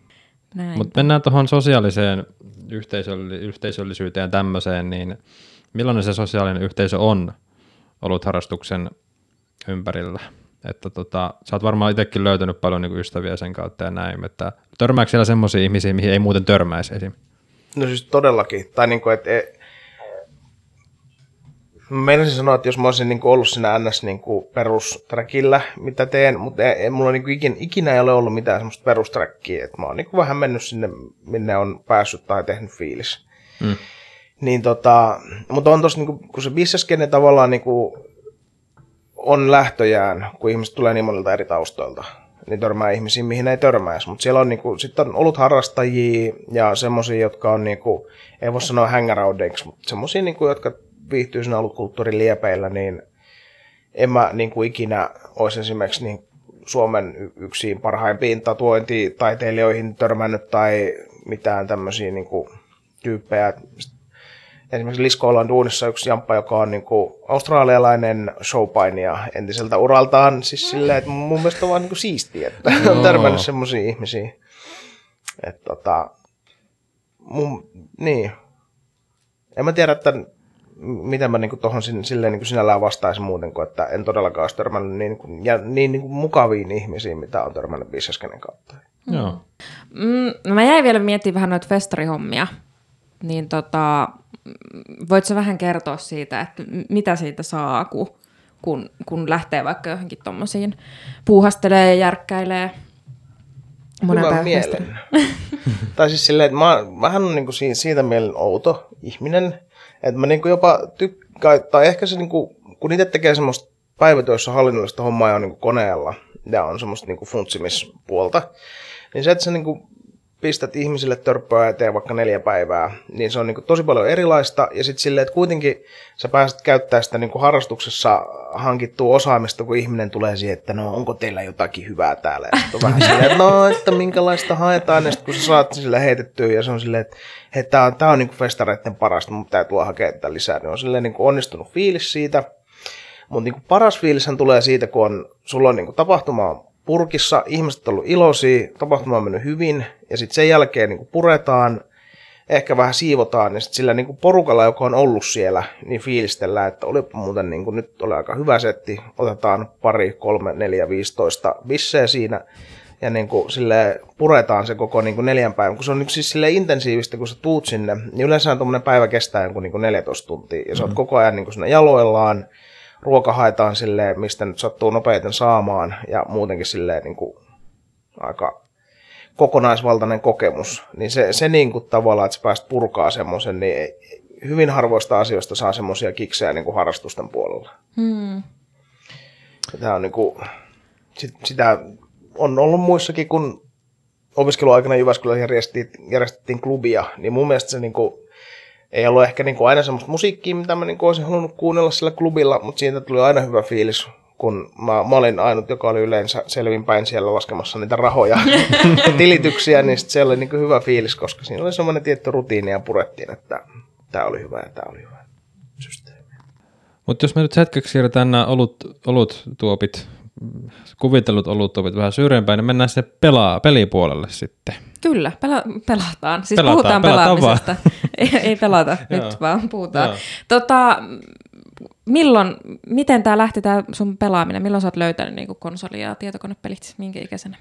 Mutta mennään tuohon sosiaaliseen yhteisölli- yhteisöllisyyteen ja tämmöiseen, niin millainen se sosiaalinen yhteisö on ollut harrastuksen ympärillä? Että tota, sä oot varmaan itsekin löytänyt paljon niin kuin ystäviä sen kautta ja näin, että törmääkö siellä semmoisia ihmisiä, mihin ei muuten törmäisi esim? No siis todellakin. Tai niin kuin, että e... meinasin sanoa, että jos mä olisin niin kuin ollut siinä ns. Niin kuin perusträkillä, mitä teen, mutta ei, ei, mulla niin kuin ikinä, ikinä ei ole ollut mitään semmoista perusträkkiä, että mä oon niin kuin vähän mennyt sinne, minne on päässyt tai tehnyt fiilis. Hmm. Niin tota, mutta on tossa niinku, kun se business-skene tavallaan niinku on lähtöjään, kun ihmiset tulee niin monilta eri taustoilta, niin törmää ihmisiin, mihin ei törmäisi. Mutta siellä on niinku, sitten on ollut harrastajia ja semmosia, jotka on niinku, ei voi sanoa hangaroundeiksi, mutta semmosia, niinku, jotka viihtyy siinä olutkulttuurin liepeillä, niin en mä niinku ikinä olisi esimerkiksi niin Suomen yksiin parhaimpiin tatuointitaiteilijoihin törmännyt tai mitään tämmöisiä niinku tyyppejä. Esimerkiksi Liskoilla on duunissa yksi jamppa, joka on niinku australialainen showpainija entiseltä uraltaan. Siis silleen, että mun mielestä on vaan niinku siistiä, että no. on törmännyt semmosia ihmisiä. Että tota, mun, niin. En mä tiedä, että miten mä niinku tohon silleen niinku sinällään vastaisin muuten kuin, että en todellakaan olisi törmännyt niin, ja niin niinku mukaviin ihmisiin, mitä on törmännyt business-skenen kautta. Joo. Mm, no mä jäin vielä miettimään vähän noita festarihommia. Niin tota, voit sä vähän kertoa siitä, että mitä siitä saa, kun, kun, kun lähtee vaikka johonkin tommosiin puuhastelee ja järkkäilee monen päivän mielen. Tai siis silleen, että mä, mähän on niinku siitä mielen outo ihminen, että mä niinku jopa tykkään, tai ehkä se niinku, kun itse tekee semmoista päivätyössä hallinnollista hommaa ja on niinku koneella, ja on semmoista niinku funtsimispuolta, niin se, että se niinku pistät ihmisille törppöä ja tee vaikka neljä päivää, niin se on niinku tosi paljon erilaista. Ja sitten silleen, että kuitenkin sä pääset käyttämään sitä niinku harrastuksessa hankittua osaamista, kun ihminen tulee siihen, että no onko teillä jotakin hyvää täällä. Ja sitten on vähän silleen, että no, että minkälaista haetaan. Ja sitten kun sä saat sille heitettyä ja se on silleen, että hei, tää on, tää on niinku festareiden parasta, mutta pitää tulla hakemaan tätä lisää. Niin on silleen niinku onnistunut fiilis siitä. Mutta niinku paras fiilishän tulee siitä, kun on, sulla on niinku tapahtuma purkissa, ihmiset on ollut iloisia, tapahtuma on mennyt hyvin, ja sitten sen jälkeen niin puretaan, ehkä vähän siivotaan, ja sitten sillä niin porukalla, joka on ollut siellä, niin fiilistellään, että olipa muuten niin nyt oli aika hyvä setti, otetaan pari, kolme, neljä, viisitoista bisseä siinä, ja niin kuin silleen puretaan se koko niin kuin neljän päivän. Kun se on niin siis silleen intensiivistä, kun sä tuut sinne, niin yleensä tuommoinen päivä kestää jonkun niin kuin neljätoista tuntia. Ja mm-hmm. sä oot koko ajan niin kuin siinä jaloillaan, ruoka haetaan silleen, mistä nyt sattuu nopeiten saamaan, ja muutenkin silleen niin kuin aika kokonaisvaltainen kokemus. Niin se, se niin kuin tavallaan, että sä pääst purkaa semmoisen, niin hyvin harvoista asioista saa semmoisia kiksejä niin kuin harrastusten puolella. Hmm. Tämä on niin kuin, sit, sitä on ollut muissakin, kun opiskeluaikana Jyväskylässä järjestettiin, järjestettiin klubia, niin mun mielestä se niin kuin, ei ollut ehkä niin kuin aina semmoista musiikkia, mitä mä niin kuin olisin halunnut kuunnella sillä klubilla, mutta siitä tuli aina hyvä fiilis, kun mä, mä olin ainut, joka oli yleensä selvinpäin siellä laskemassa niitä rahoja tilityksiä, niin sitten se oli niin kuin hyvä fiilis, koska siinä oli semmoinen tietty rutiini ja purettiin, että tämä oli hyvä ja tämä oli hyvä systeemi. Mutta jos me nyt hetkeksi siirretään nämä olut, oluttuopit, kuvitellut oluttuopit vähän syrjempään, niin mennään sinne pelaa, pelipuolelle sitten. Kyllä, pela, pelataan. Siis pelataan, puhutaan pelataan pelaamisesta. ei, ei pelata, nyt vaan puhutaan. Tota, milloin, miten tämä lähti tämä sun pelaaminen? Milloin sä oot löytänyt niin konsoli- ja tietokonepelit? Minkä ikäisenä?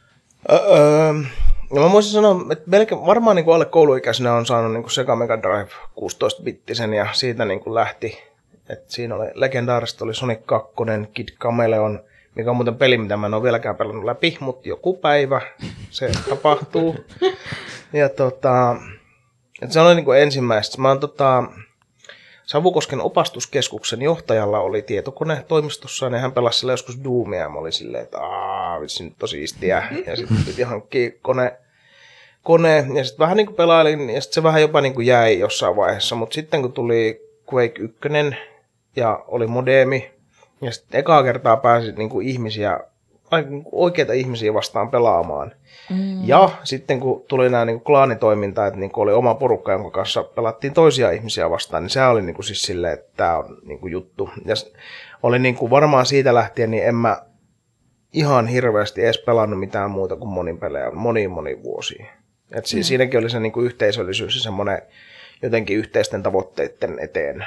Öö, no mä voisin sanoa, että melkein, varmaan niin kuin alle kouluikäisenä on saanut niin kuin Sega Mega Drive kuusitoista-bittisen ja siitä niin kuin lähti. Et siinä oli legendaarista oli Sonic kaksi, Kid Chameleon, mikä on muuten peli, mitä mä en ole vieläkään pelannut läpi, mutta joku päivä se tapahtuu. Ja tota, et se oli niin kuin ensimmäistä. Mä oon tota, Savukosken opastuskeskuksen johtajalla oli tietokone toimistossaan ja hän pelasi sillä joskus Doomia ja mä olin silleen, että aah, vitsi nyt tosi istiä. Ja sitten piti hankkia kone, kone ja sitten vähän niin kuin pelailin ja sitten se vähän jopa niin kuin jäi jossain vaiheessa, mutta sitten kun tuli Quake yksi ja oli modeemi ja sitten ekaa kertaa pääsi niin kuin ihmisiä, oikeita ihmisiä vastaan pelaamaan. Mm. Ja sitten kun tuli nämä niin kuin klaanitoiminta, että niin kuin oli oma porukka, jonka kanssa pelattiin toisia ihmisiä vastaan, niin se oli niin kuin siis silleen, että tämä on niin kuin juttu. Ja oli niin kuin varmaan siitä lähtien, niin en mä ihan hirveästi edes pelannut mitään muuta kuin monin pelejä moniin moniin vuosiin. Et mm. siinäkin oli se niin kuin yhteisöllisyys ja semmoinen jotenkin yhteisten tavoitteiden eteen.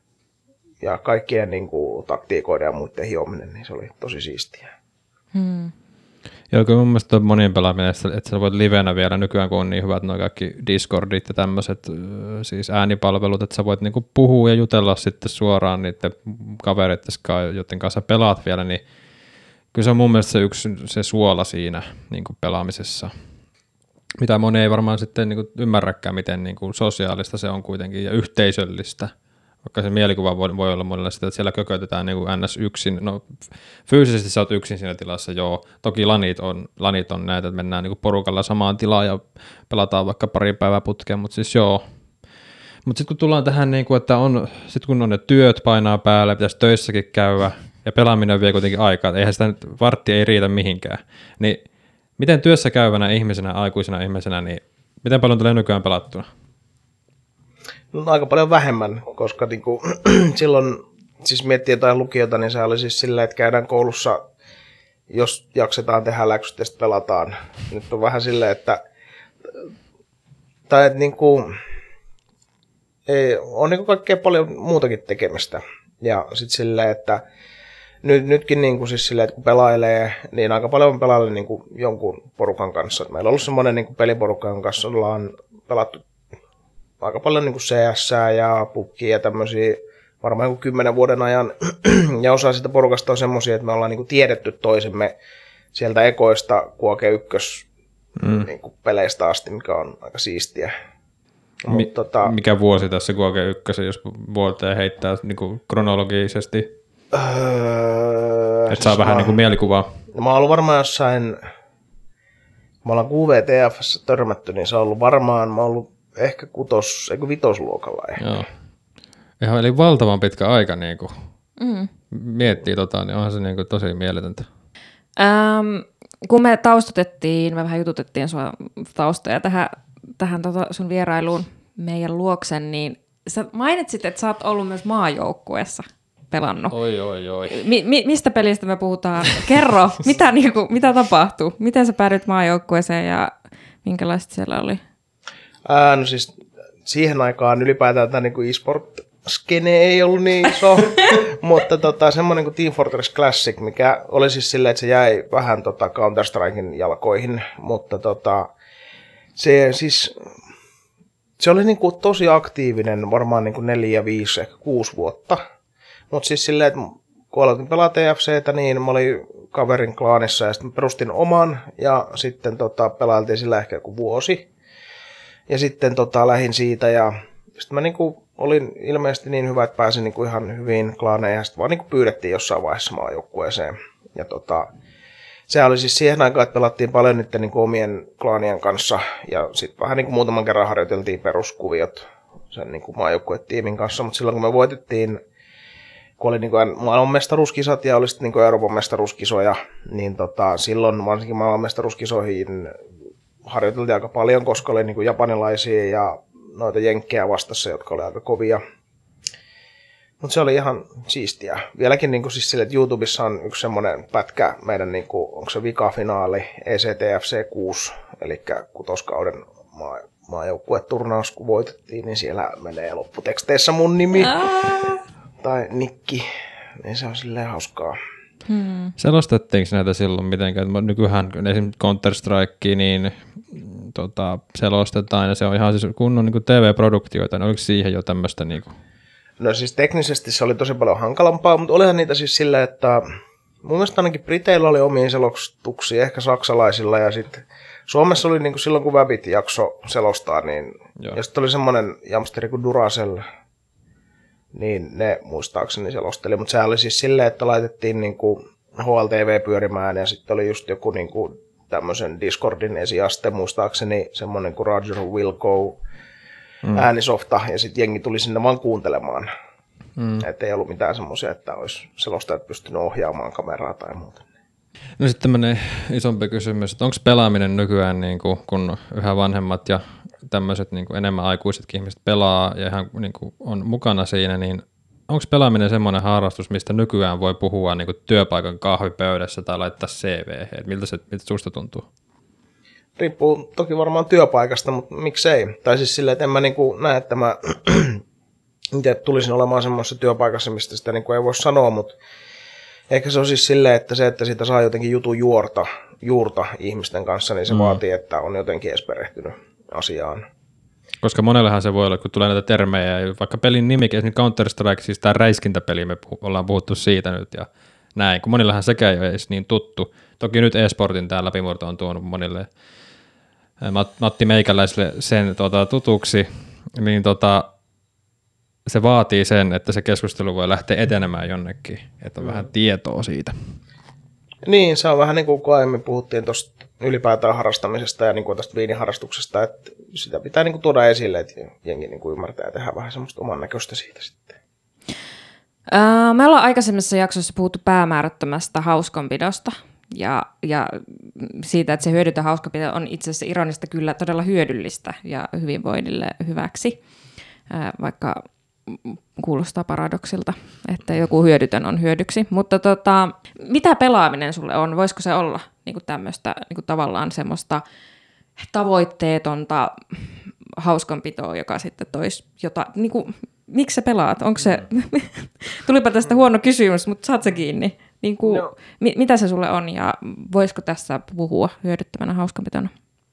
Ja kaikkien niin kuin taktiikoiden ja muiden hiominen, niin se oli tosi siistiä. Hmm. Joo, kyllä mun mielestä on monien pelaaminen, että sä voit livenä vielä nykyään, kun on niin hyvät nuo kaikki Discordit ja tämmöiset siis äänipalvelut, että sä voit niinku puhua ja jutella sitten suoraan niiden kavereiden, joiden kanssa pelaat vielä, niin kyllä se on mun mielestä se yksi se suola siinä niinku pelaamisessa. Mitä moni ei varmaan sitten niinku ymmärräkään, miten niinku sosiaalista se on kuitenkin ja yhteisöllistä. Vaikka se mielikuva voi, voi olla monella sitä, että siellä kökötetään niin kuin ns. Yksin. No fyysisesti sä oot yksin siinä tilassa, joo. Toki lanit on, lanit on näitä, että mennään niin kuin porukalla samaan tilaan ja pelataan vaikka pari päivää putkeen, mutta siis joo. Mutta sitten kun tullaan tähän, niin kuin, että on, sit kun on ne työt painaa päälle, pitäisi töissäkin käydä ja pelaaminen vie kuitenkin aikaa, että eihän sitä nyt vartti ei riitä mihinkään. Niin miten työssä käyvänä ihmisenä, aikuisena ihmisenä, niin miten paljon tulee nykyään pelattuna? No, aika paljon vähemmän, koska niin kuin, silloin, siis miettii jotain lukiota, niin se oli siis silleen, että käydään koulussa, jos jaksetaan tehdä läksyt ja sitten pelataan. Nyt on vähän silleen, että, tai että niin kuin, ei, on niin kuin kaikkea paljon muutakin tekemistä. Ja sitten silleen, että nyt, nytkin niin kuin siis silleen, että kun pelailee, niin aika paljon pelailee niin kuin jonkun porukan kanssa. Et meillä on ollut semmoinen niin kuin peliporukka, jonka kanssa ollaan pelattu aika paljon niin kuin C S ja P U B G ja tämmöisiä varmaan niin kymmenen vuoden ajan. Ja osa sitä porukasta on semmoisia, että me ollaan niin kuin tiedetty toisemme sieltä ekoista Quake yksi mm. niin kuin peleistä asti, mikä on aika siistiä. Mi- Mut, tota, mikä vuosi tässä Quake yksi, jos vuoteen heittää niin kuin kronologisesti? Öö, että saa siis vähän mä, niin kuin mielikuvaa. No mä oon ollut varmaan jossain, mä ollaan Q V T F:ssä törmätty, niin se on ollut varmaan, mä oon ollut ehkä kutos, eikö vitosluokalla ehkä. Joo. Ihan eli valtavan pitkä aika niin kuin mm. miettii tota, niin onhan se niin kuin tosi mieletöntä. Ähm, kun me taustatettiin, me vähän jututettiin sua taustoja tähän, tähän tota sun vierailuun meidän luoksen, niin sä mainitsit, että sä oot ollut myös maajoukkueessa pelannut. Oi, oi, oi. Mi- mi- mistä pelistä me puhutaan? Kerro, mitä, niinku, mitä tapahtui? Miten sä päädyit maajoukkueeseen ja minkälaista siellä oli? Ää, no siis siihen aikaan ylipäätään tämä niin e-sport-skene ei ollut niin iso, Mutta tota, semmoinen kuin Team Fortress Classic, mikä oli siis silleen, että se jäi vähän tota Counter-Strikein jalkoihin, mutta tota, se siis... Se oli niin kuin tosi aktiivinen, varmaan niin kuin neljä, viisi, ehkä kuusi vuotta. Mutta siis silleen, että kun aloitin pelaa T F C:tä, niin mä olin kaverin klaanissa ja sitten perustin oman. Ja sitten tota, pelailtiin sillä ehkä joku vuosi. Ja sitten tota, lähdin siitä ja sitten mä niin kuin olin ilmeisesti niin hyvä, että pääsin niin kuin ihan hyvin klaaneihin. Ja sitten vaan niin kuin pyydettiin jossain vaiheessa maajoukkueeseen. Ja tota... Se oli siis siihen aikaan, että pelattiin paljon nyt niin kuin omien klaanien kanssa ja sitten vähän niin kuin muutaman kerran harjoiteltiin peruskuviot sen niin kuin maajoukkuetiimin kanssa, mutta silloin kun me voitettiin, kun oli niin kuin maailmanmestaruuskisat ja oli sitten niin kuin Euroopan mestaruuskisoja, niin tota, silloin varsinkin maailmanmestaruuskisoihin harjoiteltiin aika paljon, koska oli niin kuin japanilaisia ja noita jenkkejä vastassa, jotka oli aika kovia. Mutta se oli ihan siistiä. Vieläkin niin siis sille, että YouTubessa on yksi semmoinen pätkä meidän, niin kuin, onko se vikafinaali E C T F C kuusi, eli kutoskauden maa, maajoukkueturnaus, kun voitettiin, niin siellä menee lopputeksteissä mun nimi Aa. tai nikki, niin se on silleen hauskaa. Hmm. Selostettiinko näitä silloin mitenkään? Nykyään esimerkiksi Counter-Strike, niin tota, selostetaan ja se on ihan siis kunnon niin kuin T V-produktioita, niin oliko siihen jo tämmöistä... Niin kuin... No siis teknisesti se oli tosi paljon hankalampaa, mutta olihan niitä siis silleen, että mun mielestä ainakin Briteillä oli omia selostuksia, ehkä saksalaisilla, ja sitten Suomessa oli niin kuin silloin, kun Väbit jakso selostaa, niin Joo. ja sitten oli semmoinen jamsteri kuin Duracell, niin ne muistaakseni selosteli, mutta se oli siis silleen, että laitettiin niin kuin H L T V pyörimään, ja sitten oli just joku niin kuin tämmöisen Discordin esiaste, muistaakseni semmoinen kuin Roger Wilco, Mm. äänisofta, ja sitten jengi tuli sinne vaan kuuntelemaan. Mm. Että ei ollut mitään semmoisia, että olisi selostajat pystynyt ohjaamaan kameraa tai muuta. No sitten tämmöinen isompi kysymys, että onko pelaaminen nykyään, niin kuin, kun yhä vanhemmat ja tämmöiset niin kuin enemmän aikuisetkin ihmiset pelaa ja ihan niin kuin on mukana siinä, niin onko pelaaminen semmoinen harrastus, mistä nykyään voi puhua niin kuin työpaikan kahvipöydässä tai laittaa C V? Miltä se miltä susta tuntuu? Riippuu toki varmaan työpaikasta, mutta miksei. Tai siis silleen, että en mä niinku näe, että mä itse tulisin olemaan semmoisessa työpaikassa, mistä sitä niinku ei voi sanoa, mutta ehkä se on siis silleen, että se, että siitä saa jotenkin jutun juorta, juurta ihmisten kanssa, niin se mm. vaatii, että on jotenkin edes perehtynyt asiaan. Koska monellehan se voi olla, kun tulee näitä termejä, vaikka pelin nimikin, esimerkiksi Counter-Strike, siis tämä räiskintäpeli, me ollaan puhuttu siitä nyt ja näin, kun monillahan sekään ei ole edes niin tuttu. Toki nyt e-sportin tämä läpimurto on tuonut monille Matti Meikäläiselle sen tuota, tutuksi, niin tota, se vaatii sen, että se keskustelu voi lähteä etenemään jonnekin, että on mm. vähän tietoa siitä. Niin, se on vähän niin kuin kun aiemmin puhuttiin tuosta ylipäätään harrastamisesta ja niin kuin tästä viiniharrastuksesta, että sitä pitää niin kuin tuoda esille, että jengi niin kuin ymmärtää ja tehdä vähän semmoista oman näköistä siitä sitten. Öö, me ollaan aikaisemmassa jaksossa puhuttu päämäärättömästä hauskanpidosta. Ja, ja siitä, että se hyödytön hauskapito on itse asiassa ironista kyllä todella hyödyllistä ja hyvinvoinnille hyväksi, vaikka kuulostaa paradoksilta, että joku hyödytön on hyödyksi. Mutta tota, mitä pelaaminen sulle on? Voisiko se olla niin tämmöistä niin tavallaan semmoista tavoitteetonta hauskanpitoa, joka sitten toisi jotain, niin kuin, miksi sä pelaat? Onko se, tulipa tästä huono kysymys, mutta saat sä kiinni? Niin kuin, no. mi- mitä se sulle on ja voisiko tässä puhua hyödyttävänä hauskanpitona?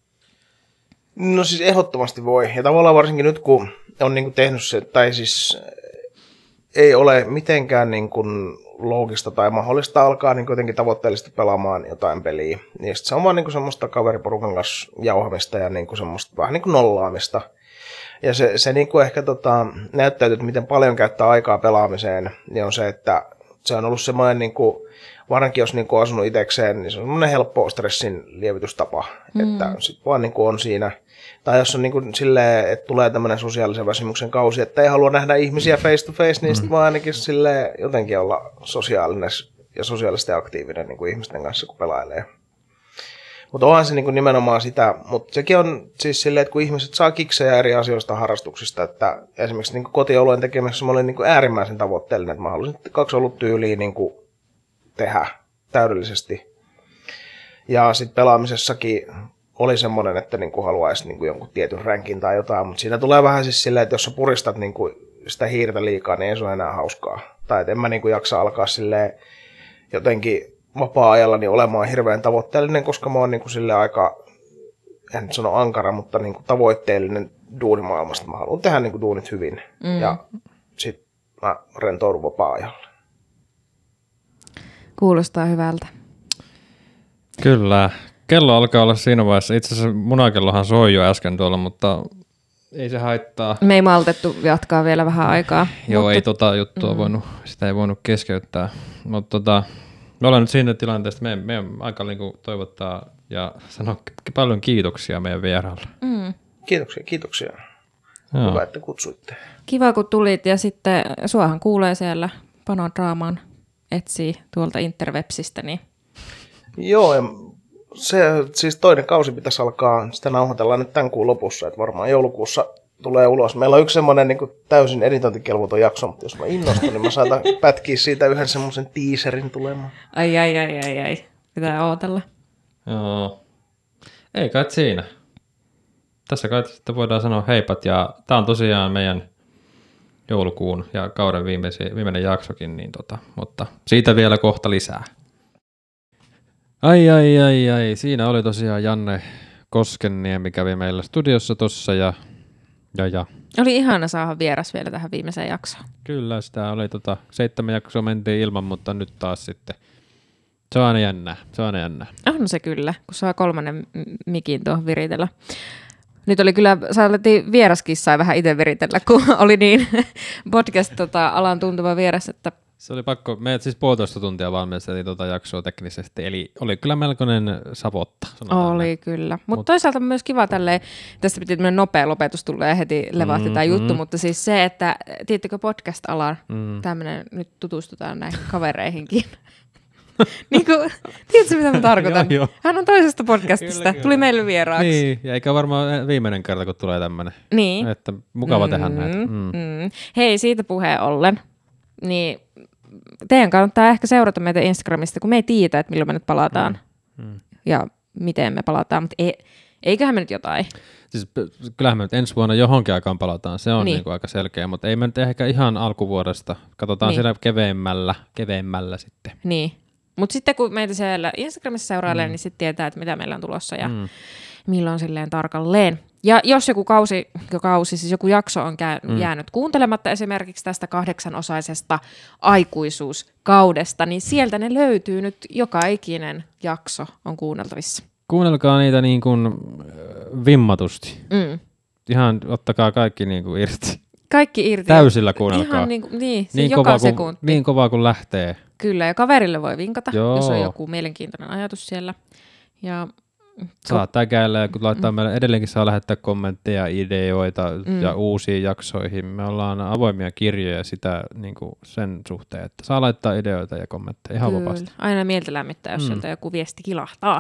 No siis ehdottomasti voi. Ja tavallaan varsinkin nyt, kun on niin kuin tehnyt se, tai siis ei ole mitenkään niin kuin loogista tai mahdollista alkaa niin jotenkin tavoitteellisesti pelaamaan jotain peliä. Niin se on vaan niin kuin semmoista kaveriporukan kanssa jauhamista ja niin kuin semmoista vähän niin kuin nollaamista. Ja se, se niin kuin ehkä tota, näyttäytyy, että miten paljon käyttää aikaa pelaamiseen, niin on se, että se on ollut semmoinen, niin kuin, varsinkin jos niin kuin on asunut itsekseen, niin se on semmoinen helppo stressin lievitystapa, mm. että sit vaan niin kuin on siinä. Tai jos on niin kuin silleen, että tulee tämmöinen sosiaalisen väsymyksen kausi, että ei halua nähdä ihmisiä face to face, niin mm. sitten vaan ainakin silleen jotenkin olla sosiaalinen ja sosiaalisesti aktiivinen niin kuin ihmisten kanssa, kun pelailee. Mutta onhan se niin kuin nimenomaan sitä, mutta sekin on siis silleen, että kun ihmiset saa kiksejä eri asioista harrastuksista, että esimerkiksi niin kuin kotiolujen tekemisessä mä olin niin kuin äärimmäisen tavoitteellinen, että mä halusin kaksi ollut tyyliä niin kuin tehdä täydellisesti. Ja sitten pelaamisessakin oli semmoinen, että niin kuin haluaisi niin kuin jonkun tietyn ränkin tai jotain, mutta siinä tulee vähän siis silleen, että jos sä puristat niin kuin sitä hiirtä liikaa, niin ei se ole enää hauskaa. Tai et en mä niinku jaksa alkaa silleen jotenkin vapaa-ajalla niin olemaan hirveän tavoitteellinen, koska mä oon niinku silleen aika, en nyt sano ankara, mutta niinku tavoitteellinen duunimaailmasta. Mä haluan tehdä niinku duunit hyvin mm. ja sit mä rentoudun vapaa-ajalla. Kuulostaa hyvältä. Kyllä. Kello alkaa olla siinä vaiheessa. Itse asiassa munakellohan soi jo äsken tuolla, mutta ei se haittaa. Me ei maltettu jatkaa vielä vähän aikaa. Joo, mutta... ei tota juttua mm. voinut, sitä ei voinut keskeyttää. Mutta tota, me ollaan nyt siinä tilanteessa, että meidän, meidän aika niinku toivottaa ja sanoa paljon kiitoksia meidän vieraalle. Mm. Kiitoksia, kiitoksia. Joo. Hyvä, että kutsuitte. Kiva, kun tulit ja sitten suahan kuulee siellä Panodraaman etsii tuolta interwebsistä. Niin... Joo, ja se, siis toinen kausi pitäisi alkaa, sitä nauhoitellaan nyt tämän kuun lopussa, että varmaan joulukuussa tulee ulos. Meillä on yksi semmoinen niin kuin täysin editointikelvoton jakso, mutta jos mä innostun, niin mä saatan pätkiä siitä yhden semmoisen teaserin tulemaan. Ai, ai, ai, ai, ai. Pitää ootella. Joo. Ei kai siinä. Tässä kai sitten voidaan sanoa heipat, ja tää on tosiaan meidän joulukuun ja kauden viimeisi, viimeinen jaksokin, niin tota, mutta siitä vielä kohta lisää. Ai, ai, ai, ai. Siinä oli tosiaan Janne Koskenniemi kävi meillä studiossa tossa ja, ja, ja. Oli ihana saada vieras vielä tähän viimeiseen jaksoon. Kyllä, sitä oli tota, seitsemän jaksoa mentiin ilman, mutta nyt taas sitten se on aina jännää, se on aina jännää. On se kyllä, kun saa kolmannen mikin tuohon viritellä. Nyt oli kyllä, saatiin vieraskissa vähän itse viritellä, kun oli niin podcast-alan tuntuva vieras, että se oli pakko, meidät siis puolitoista tuntia valmisteltiin tuota jaksoa teknisesti, eli oli kyllä melkoinen savotta. Oli näin. Kyllä, mutta Mut, toisaalta myös kiva tälleen, tästä piti tämmöinen nopea lopetus tulla ja heti levahti mm, tämä juttu, mm. mutta siis se, että tiedättekö podcast-alan, mm. tämmöinen, nyt tutustutaan näihin kavereihinkin. Niin kuin, tiedätkö mitä mä tarkoitan? joo, joo. Hän on toisesta podcastista, kyllä, kyllä. Tuli meille vieraaksi. Niin, ja eikä varmaan viimeinen kerta, kun tulee tämmöinen. Niin. Että mukava mm, tehdä näitä. Mm. Mm. Hei, siitä puheen ollen, niin teidän kannattaa ehkä seurata meitä Instagramista, kun me ei tiedä, että milloin me nyt palataan mm. Mm. ja miten me palataan, mutta ei, eiköhän me nyt jotain. Siis kyllähän me nyt ensi vuonna johonkin aikaan palataan, se on niin. Niin kuin aika selkeä, mutta ei me nyt ehkä ihan alkuvuodesta. Katsotaan niin. Siellä keveemmällä, keveemmällä sitten. Niin, mutta sitten kun meitä siellä Instagramissa seurailee, mm. niin sitten tietää, että mitä meillä on tulossa ja mm. milloin silleen tarkalleen. Ja jos joku kausi, kausi siis joku jakso on käy, mm. jäänyt kuuntelematta esimerkiksi tästä kahdeksanosaisesta aikuisuuskaudesta, niin sieltä ne löytyy nyt, joka ikinen jakso on kuunneltavissa. Kuunnelkaa niitä niin kuin vimmatusti. Mm. Ihan ottakaa kaikki niin kuin irti. Kaikki irti. Täysillä kuunnelkaa. Ihan niin, kuin, niin, niin, joka kova sekunti. Kun, niin kovaa kuin lähtee. Kyllä, ja kaverille voi vinkata, Joo. jos on joku mielenkiintoinen ajatus siellä. Ja saa tägäillä, ja kun laittaa mm. meille edelleenkin saa lähettää kommentteja, ideoita mm. ja uusiin jaksoihin. Me ollaan avoimia kirjoja sitä, niin kuin sen suhteen, että saa laittaa ideoita ja kommentteja ihan Kyllä. vapaasti. Aina mieltä lämmittää, jos mm. sieltä joku viesti kilahtaa.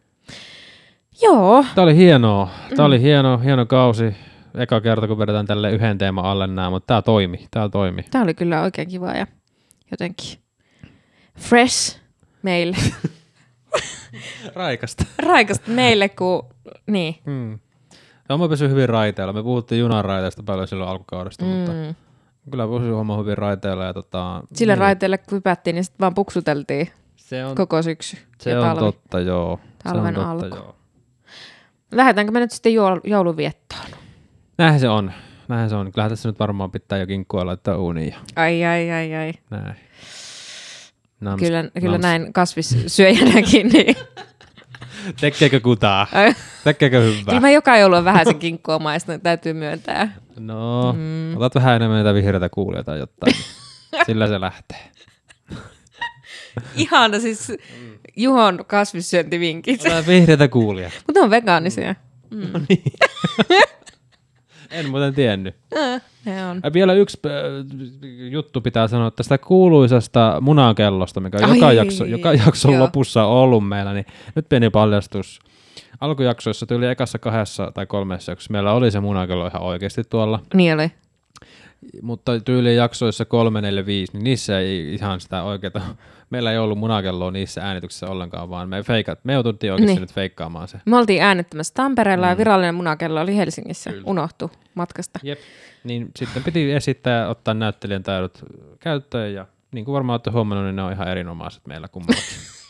Joo. Tämä oli hienoa. Tämä mm. oli hieno, hieno kausi. Eka kerta, kun vedetään tälle yhden teeman alle nämä, mutta tämä toimi. Tämä toimi. Tämä oli kyllä oikein kiva ja jotenkin fresh meille. Raikasta. Raikasta meille, kun niin. Mm. Ja mä pysyn hyvin raiteilla. Me puhuttiin junaraiteista paljon silloin alkukaudesta, mm. mutta kyllä pysyn homma hyvin raiteilla. Ja tota, sille niin. raiteille kun hypättiin, niin sitten vaan puksuteltiin se on, koko syksy. Se ja on talvi. totta, joo. Talven se on totta, alku. joo. Lähdetäänkö me nyt sitten jouluviettoon? Näinhän se on. Näinhän se on. Kyllähän tässä nyt varmaan pitää jo kinkkua laittaa uuniin. Ai, ai, ai, ai. Näin. Nams, kyllä kyllä nams. näin kasvissyöjänäkin. Niin. Tekeekö kutaa? Tekeekö hyvää? Kyllä mä joka joulu on vähän sen kinkkua maistunut, täytyy myöntää. No, mm. otat vähän enemmän näitä vihreitä kuulia tai jotain. Sillä se lähtee. Ihana siis Juhon kasvissyöntivinkit. Otat vihreitä kuulia. Mutta on vegaanisia. Mm. No niin. En muuten tiennyt. Äh, ne on. Ja vielä yksi äh, juttu pitää sanoa tästä kuuluisasta munakellosta, mikä Ai, joka, jakso, joka jakson lopussa on ollut meillä. Niin nyt pieni paljastus. Alkujaksoissa tuli ekassa kahdessa tai kolmessa jaksossa. Meillä oli se munakello ihan oikeasti tuolla. Niin oli. Mutta tyyliin jaksoissa kolme, neljä, viisi, niin niissä ei ihan sitä oikeaa meillä ei ollut munakelloa niissä äänityksissä ollenkaan, vaan me, feikat, me joututtiin oikeasti Niin. nyt feikkaamaan se. Me oltiin äänettämässä Tampereella mm. ja virallinen munakello oli Helsingissä. Kyllä. Unohtui matkasta. Jep. Niin sitten piti esittää ja ottaa näyttelijän taidot käyttöön ja niin kuin varmaan olette huomannut, niin ne on ihan erinomaiset meillä kummallakin.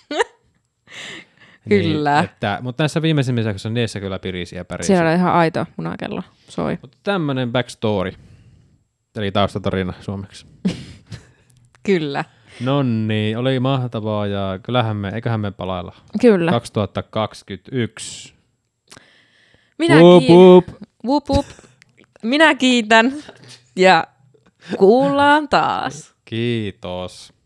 Kyllä. Niin, että, mutta näissä viimeisimmissä jaksoissa niissä kyllä pirisi ja pärisi. Siellä oli ihan aito munakello, soi. Mutta tämmönen backstory, eli taustatarina suomeksi. Kyllä. Nonni, oli mahtavaa ja kyllähän me, eiköhän me palailla. Kyllä. kaksituhattakaksikymmentäyksi. Minä, Wup, ki- wup. Wup, wup. Minä kiitän ja kuullaan taas. Kiitos.